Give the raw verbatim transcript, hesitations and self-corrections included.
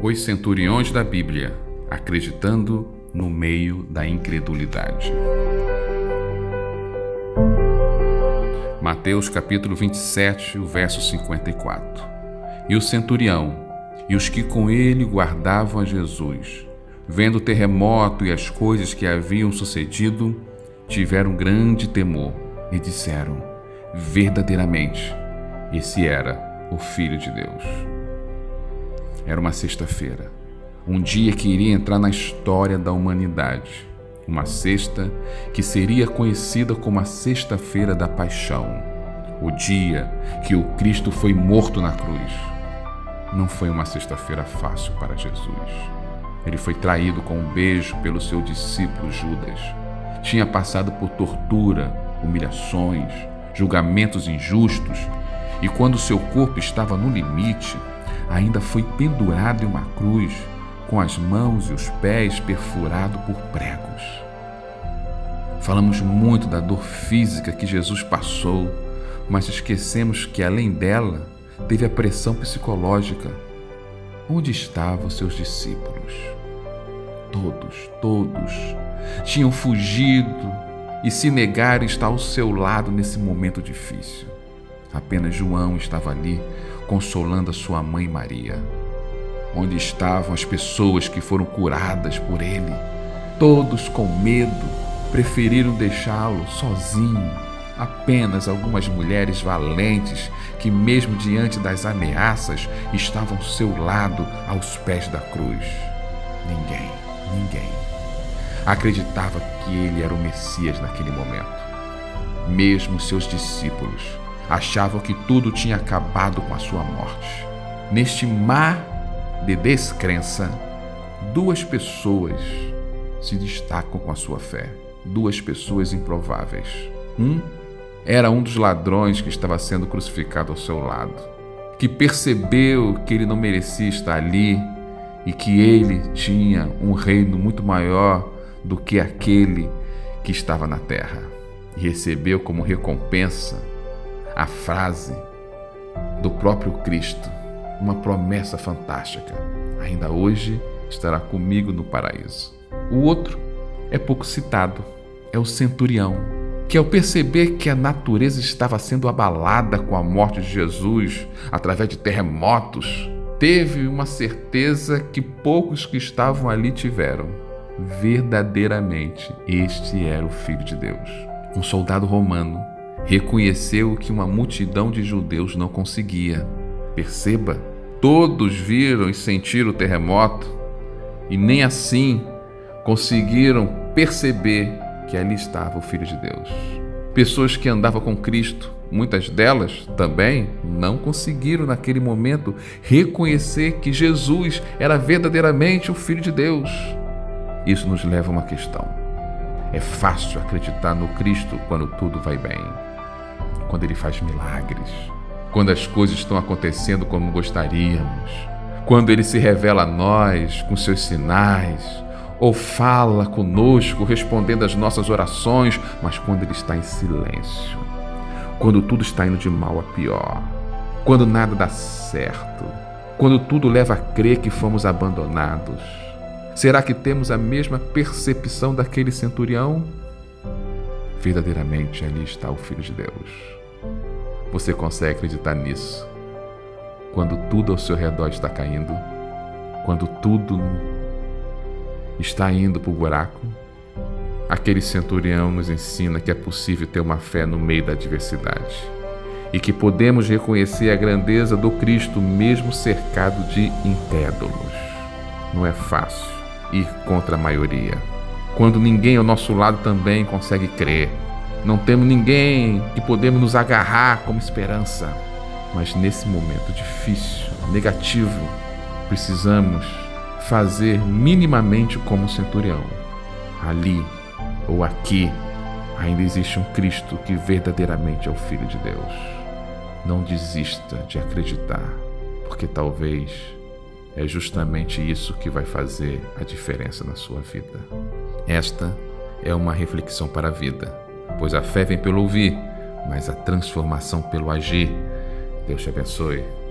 Os centuriões da Bíblia, acreditando no meio da incredulidade. Mateus capítulo vinte e sete, o verso cinquenta e quatro. E o centurião e os que com ele guardavam a Jesus, vendo o terremoto e as coisas que haviam sucedido, tiveram grande temor e disseram: verdadeiramente, esse era o Filho de Deus. Era uma sexta-feira, um dia que iria entrar na história da humanidade, uma sexta que seria conhecida como a Sexta-feira da Paixão, o dia que o Cristo foi morto na cruz. Não foi uma sexta-feira fácil para Jesus. Ele foi traído com um beijo pelo seu discípulo Judas. Tinha passado por tortura, humilhações, julgamentos injustos, e quando seu corpo estava no limite, ainda foi pendurado em uma cruz, com as mãos e os pés perfurados por pregos. Falamos muito da dor física que Jesus passou, mas esquecemos que, além dela, teve a pressão psicológica. Onde estavam seus discípulos? Todos, todos tinham fugido e se negaram a estar ao seu lado nesse momento difícil. Apenas João estava ali, consolando a sua mãe Maria. Onde estavam as pessoas que foram curadas por ele? Todos, com medo, preferiram deixá-lo sozinho. Apenas algumas mulheres valentes que, mesmo diante das ameaças, estavam ao seu lado, aos pés da cruz. Ninguém, ninguém acreditava que ele era o Messias naquele momento. Mesmo seus discípulos achavam que tudo tinha acabado com a sua morte. Neste mar de descrença, duas pessoas se destacam com a sua fé. Duas pessoas improváveis. Um era um dos ladrões que estava sendo crucificado ao seu lado, que percebeu que ele não merecia estar ali e que ele tinha um reino muito maior do que aquele que estava na terra, e recebeu como recompensa a frase do próprio Cristo, uma promessa fantástica: ainda hoje estará comigo no paraíso. O outro é pouco citado, é o centurião, que, ao perceber que a natureza estava sendo abalada com a morte de Jesus através de terremotos, teve uma certeza que poucos que estavam ali tiveram: verdadeiramente este era o Filho de Deus. Um soldado romano reconheceu o que uma multidão de judeus não conseguia. Perceba, todos viram e sentiram o terremoto e nem assim conseguiram perceber que ali estava o Filho de Deus. Pessoas que andavam com Cristo, muitas delas também não conseguiram naquele momento reconhecer que Jesus era verdadeiramente o Filho de Deus. Isso nos leva a uma questão. É fácil acreditar no Cristo quando tudo vai bem, quando Ele faz milagres, quando as coisas estão acontecendo como gostaríamos, quando Ele se revela a nós com seus sinais, ou fala conosco respondendo às nossas orações, mas quando Ele está em silêncio, quando tudo está indo de mal a pior, quando nada dá certo, quando tudo leva a crer que fomos abandonados. Será que temos a mesma percepção daquele centurião? Verdadeiramente ali está o Filho de Deus. Você consegue acreditar nisso? Quando tudo ao seu redor está caindo, quando tudo está indo para o buraco, aquele centurião nos ensina que é possível ter uma fé no meio da adversidade e que podemos reconhecer a grandeza do Cristo mesmo cercado de incrédulos. Não é fácil ir contra a maioria, quando ninguém ao nosso lado também consegue crer. Não temos ninguém que podemos nos agarrar como esperança. Mas nesse momento difícil, negativo, precisamos fazer minimamente como o centurião. Ali ou aqui ainda existe um Cristo que verdadeiramente é o Filho de Deus. Não desista de acreditar, porque talvez é justamente isso que vai fazer a diferença na sua vida. Esta é uma reflexão para a vida, pois a fé vem pelo ouvir, mas a transformação pelo agir. Deus te abençoe.